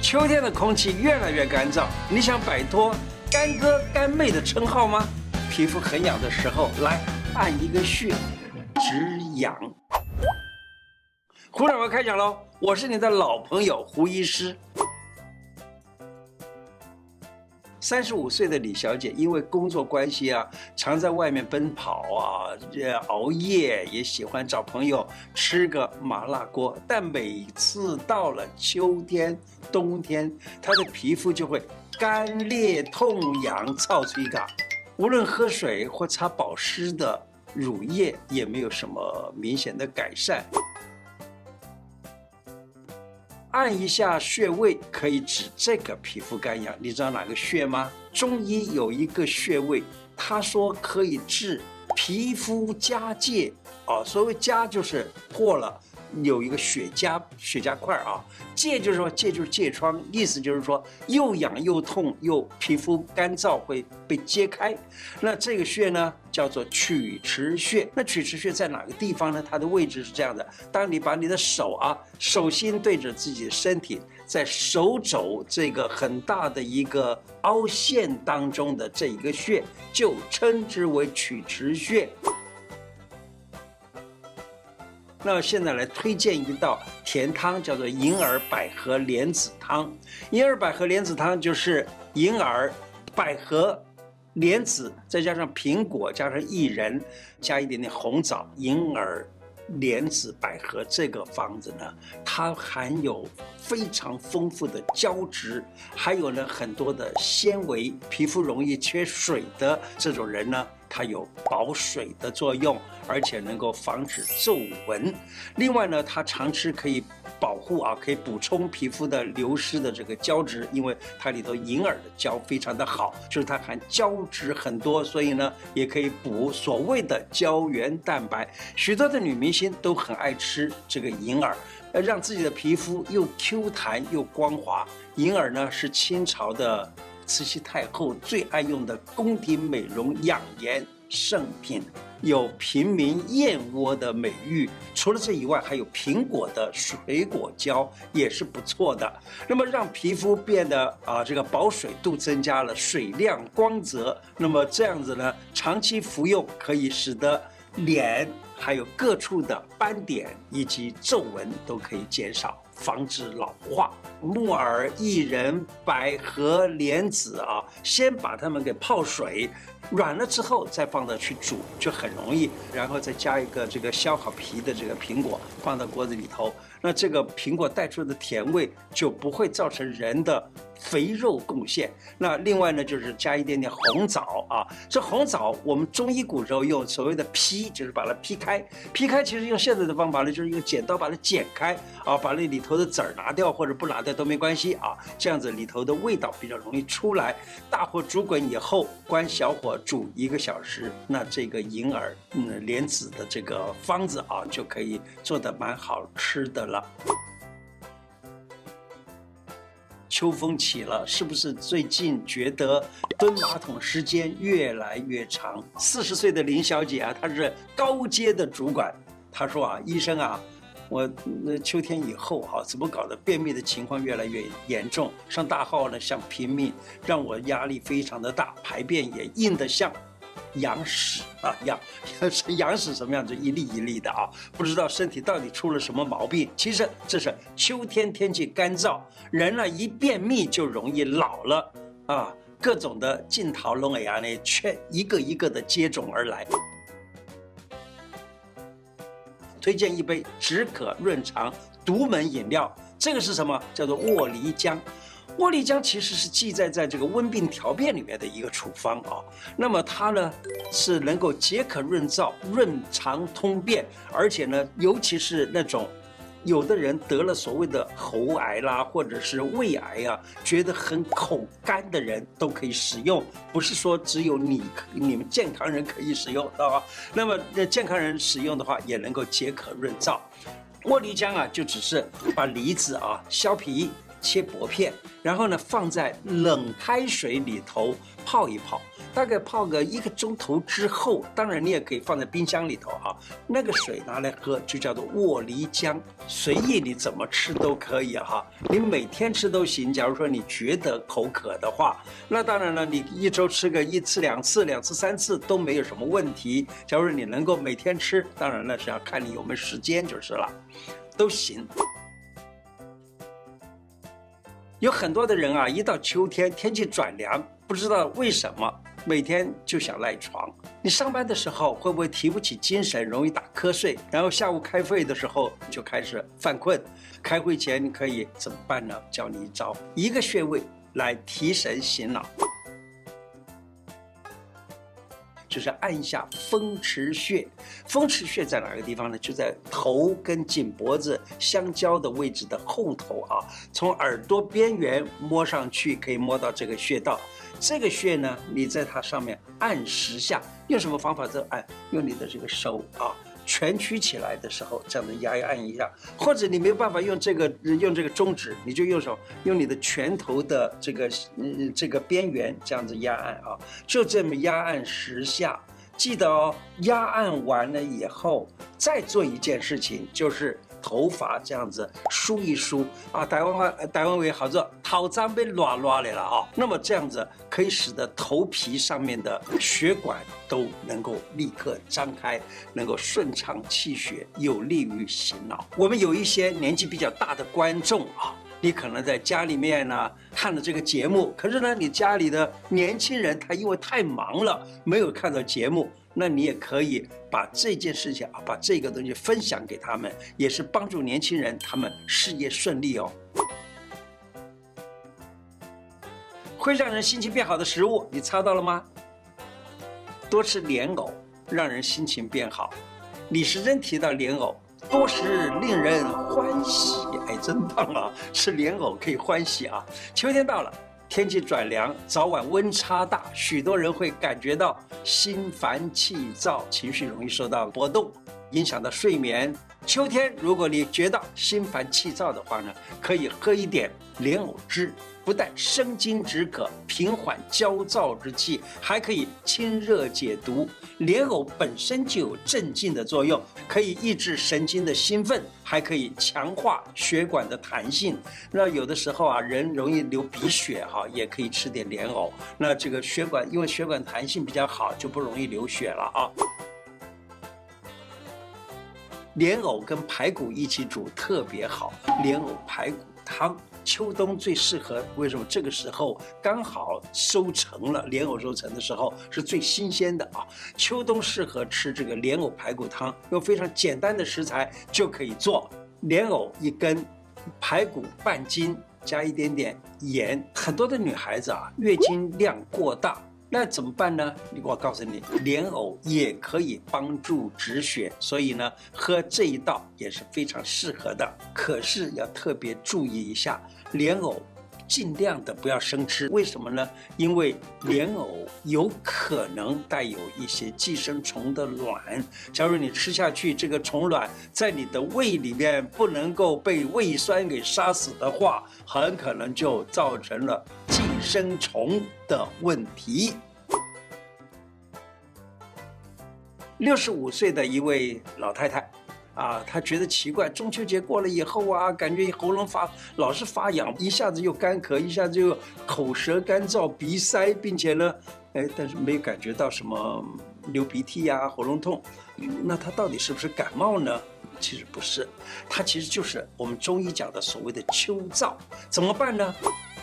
秋天的空气越来越干燥，你想摆脱干哥干妹的称号吗？皮肤很痒的时候，来按一个穴，止痒。胡掌柜开讲喽！我是你的老朋友胡医师。35岁的李小姐因为工作关系啊，常在外面奔跑啊，熬夜，也喜欢找朋友吃个麻辣锅。但每次到了秋天、冬天，她的皮肤就会干裂、痛痒、燥脆感。无论喝水或擦保湿的乳液，也没有什么明显的改善。按一下穴位可以止这个皮肤干痒，你知道哪个穴吗？中医有一个穴位，他说可以治皮肤痂疥啊。所谓痂就是破了，有一个血痂块啊。疥就是说疥疮，意思就是说又痒又痛又皮肤干燥会被揭开。那这个穴呢叫做曲池穴。那曲池穴在哪个地方呢？它的位置是这样的：当你把你的手心对着自己的身体，在手肘这个很大的一个凹陷当中的这一个穴，就称之为曲池穴。那现在来推荐一道甜汤，叫做银耳百合莲子汤。银耳百合莲子汤就是银耳、百合、莲子，再加上苹果，加上薏仁，加一点点红枣。银耳、莲子、百合这个方子呢，它含有非常丰富的胶质，还有呢很多的纤维。皮肤容易缺水的这种人呢，它有保水的作用，而且能够防止皱纹。另外呢，它常吃可以保护可以补充皮肤的流失的这个胶质，因为它里头银耳的胶非常的好，就是它含胶质很多，所以呢也可以补所谓的胶原蛋白。许多的女明星都很爱吃这个银耳，让自己的皮肤又 Q 弹又光滑。银耳呢是清朝的慈禧太后最爱用的宫廷美容养颜圣品，有平民燕窝的美誉。除了这以外，还有苹果的水果胶也是不错的。那么让皮肤变得这个保水度增加了，水亮光泽。那么这样子呢，长期服用可以使得脸还有各处的斑点以及皱纹都可以减少，防止老化。木耳、薏仁、百合、莲子先把它们给泡水，软了之后再放到去煮，就很容易。然后再加一个这个削好皮的这个苹果放到锅子里头，那这个苹果带出的甜味就不会造成人的肥肉贡献。那另外呢，就是加一点点红枣这红枣我们中医古时候用所谓的劈，就是把它劈开。劈开其实用现在的方法呢，就是用剪刀把它剪开把那里头的籽儿拿掉或者不拿掉都没关系这样子里头的味道比较容易出来。大火煮滚以后，关小火煮1个小时，那这个银耳、莲子的这个方子就可以做得蛮好吃的了。秋风起了，是不是最近觉得蹲马桶时间越来越长？40岁的林小姐她是高阶的主管，她说医生我秋天以后怎么搞的？便秘的情况越来越严重，上大号呢像拼命，让我压力非常的大，排便也硬得像羊屎羊屎什么样子，一粒一粒的不知道身体到底出了什么毛病。其实这是秋天天气干燥，人呢一便秘就容易老了各种的镜头龙尾呢却一个一个的接踵而来。推荐一杯止渴润肠独门饮料，这个是什么？叫做沃梨浆。沃梨浆其实是记载在这个温病调变里面的一个处方那么它呢是能够解渴润燥、润肠通便，而且呢，尤其是那种有的人得了所谓的喉癌啦，或者是胃癌觉得很口干的人都可以使用，不是说只有你们健康人可以使用那么健康人使用的话，也能够解渴润燥。沃梨浆就只是把梨子削皮切薄片，然后呢放在冷开水里头泡一泡， 大概泡个1个钟头之后，当然你也可以放在冰箱里头啊。那个水拿来喝就叫做沃梨浆，随意你怎么吃都可以哈。你每天吃都行。假如说你觉得口渴的话，那当然了，你1周吃个1次、2次、2次、3次都没有什么问题。假如你能够每天吃，当然了是要看你有没有时间就是了，都行。有很多的人啊，一到秋天天气转凉，不知道为什么每天就想赖床。你上班的时候会不会提不起精神，容易打瞌睡？然后下午开会的时候就开始犯困。开会前你可以怎么办呢？教你一招，1个穴位来提神醒脑，就是按一下风池穴。风池穴在哪个地方呢？就在头跟颈脖子相交的位置的后头啊，从耳朵边缘摸上去，可以摸到这个穴道。这个穴呢，你在它上面按10下，用什么方法？按，用你的这个手啊，蜷曲起来的时候，这样的压按一下，或者你没有办法用这个中指，你就用你的拳头的这个边缘这样子压按啊，就这么压按10下。记得哦，压按完了以后，再做一件事情，就是头发这样子梳一梳啊。台湾话好做头脏被乱来了啊。那么这样子可以使得头皮上面的血管都能够立刻张开，能够顺畅气血，有利于醒脑。我们有一些年纪比较大的观众啊，你可能在家里面呢看了这个节目，可是呢你家里的年轻人他因为太忙了没有看到节目，那你也可以把这件事情啊，把这个东西分享给他们，也是帮助年轻人他们事业顺利哦。会让人心情变好的食物，你猜到了吗？多吃莲藕，让人心情变好。李时珍提到莲藕，多食令人欢喜，哎，真棒啊！吃莲藕可以欢喜啊。秋天到了，天气转凉，早晚温差大，许多人会感觉到心烦气躁，情绪容易受到波动，影响到睡眠。秋天如果你觉得心烦气躁的话呢，可以喝一点莲藕汁，不但生津止渴，平缓焦躁之气，还可以清热解毒。莲藕本身就有镇静的作用，可以抑制神经的兴奋，还可以强化血管的弹性。那有的时候啊，人容易流鼻血哈，也可以吃点莲藕。那这个血管，因为血管弹性比较好，就不容易流血了啊。莲藕跟排骨一起煮特别好，莲藕排骨汤。秋冬最适合，为什么？这个时候刚好收成了，莲藕收成的时候是最新鲜的啊。秋冬适合吃这个莲藕排骨汤，用非常简单的食材就可以做。莲藕1根，排骨半斤，加一点点盐。很多的女孩子啊，月经量过大，那怎么办呢？我告诉你，莲藕也可以帮助止血，所以呢，喝这一道也是非常适合的。可是要特别注意一下，莲藕尽量的不要生吃，为什么呢？因为莲藕有可能带有一些寄生虫的卵，假如你吃下去，这个虫卵在你的胃里面不能够被胃酸给杀死的话，很可能就造成了寄生虫的问题。65岁的一位老太太啊，她觉得奇怪，中秋节过了以后啊，感觉喉咙老是发痒，一下子又干咳，一下子又口舌干燥、鼻塞，并且呢，但是没有感觉到什么流鼻涕啊、喉咙痛。那她到底是不是感冒呢？其实不是，它其实就是我们中医讲的所谓的秋燥。怎么办呢？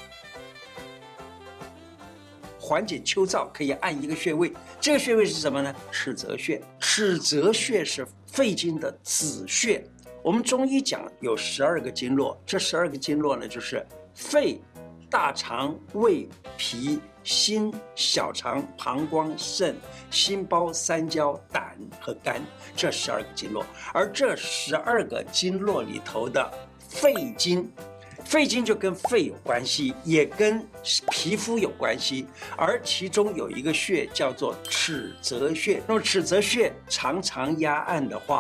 缓解秋燥可以按1个穴位，这个穴位是什么呢？尺泽穴。尺泽穴是肺经的子穴。我们中医讲有12个经络，这12个经络呢，就是肺、大肠、胃、脾、心、小肠、膀胱、肾、心包、三焦、胆和肝，这12个经络。而这12个经络里头的肺经，肺经就跟肺有关系，也跟皮肤有关系，而其中有一个穴叫做尺泽穴。那么尺泽穴常常压按的话，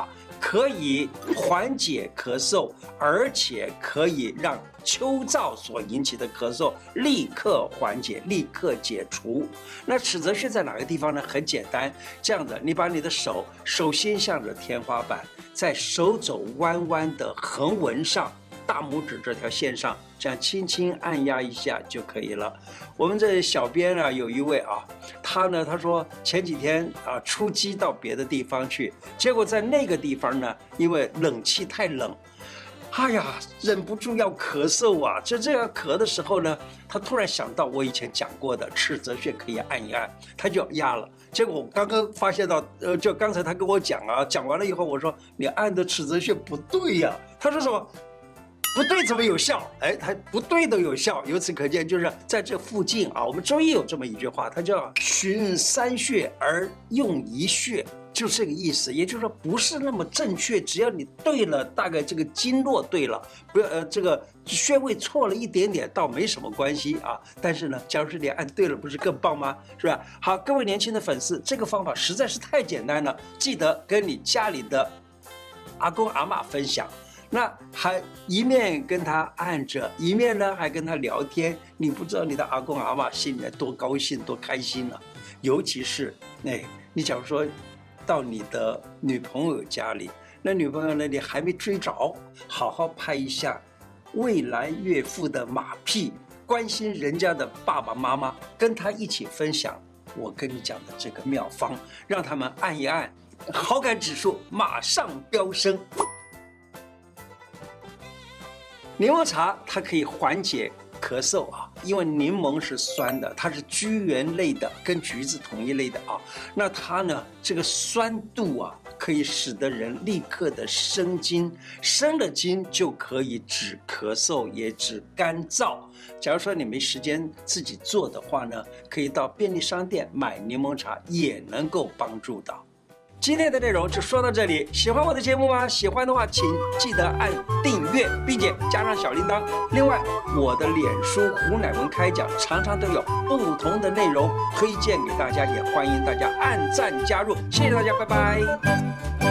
可以缓解咳嗽，而且可以让秋燥所引起的咳嗽立刻缓解、立刻解除。那尺泽穴在哪个地方呢？很简单，这样的，你把你的手首先向着天花板，在手肘弯弯的横纹上，大拇指这条线上，这样轻轻按压一下就可以了。我们这小编啊，有一位啊，他说前几天啊出击到别的地方去，结果在那个地方呢，因为冷气太冷，哎呀，忍不住要咳嗽啊！就这样咳的时候呢，他突然想到我以前讲过的尺泽穴可以按一按，他就压了。结果我刚刚发现到，就刚才他跟我讲啊，讲完了以后，我说你按的尺泽穴不对呀。他说什么？不对怎么有效？哎，它不对都有效。由此可见，就是在这附近啊，我们中医有这么一句话，它叫循三穴而用一穴，就这个意思。也就是说，不是那么正确，只要你对了，大概这个经络对了，不要这个穴位错了一点点，倒没什么关系啊。但是呢，假如是你按对了，不是更棒吗？是吧？好，各位年轻的粉丝，这个方法实在是太简单了，记得跟你家里的阿公阿嬷分享。那还一面跟他按着，一面呢还跟他聊天，你不知道你的阿公阿嬷心里面多高兴多开心呢。尤其是你假如说到你的女朋友家里，那女朋友呢你还没追着，好好拍一下未来岳父的马屁，关心人家的爸爸妈妈，跟他一起分享我跟你讲的这个妙方，让他们按一按，好感指数马上飙升。柠檬茶它可以缓解咳嗽啊，因为柠檬是酸的，它是居源类的，跟橘子同一类的啊。那它呢，这个酸度啊，可以使得人立刻的生津，生了津就可以止咳嗽，也止干燥。假如说你没时间自己做的话呢，可以到便利商店买柠檬茶，也能够帮助到。今天的内容就说到这里，喜欢我的节目吗？喜欢的话，请记得按订阅，并且加上小铃铛。另外，我的脸书胡乃文开讲常常都有不同的内容推荐给大家，也欢迎大家按赞加入。谢谢大家，拜拜。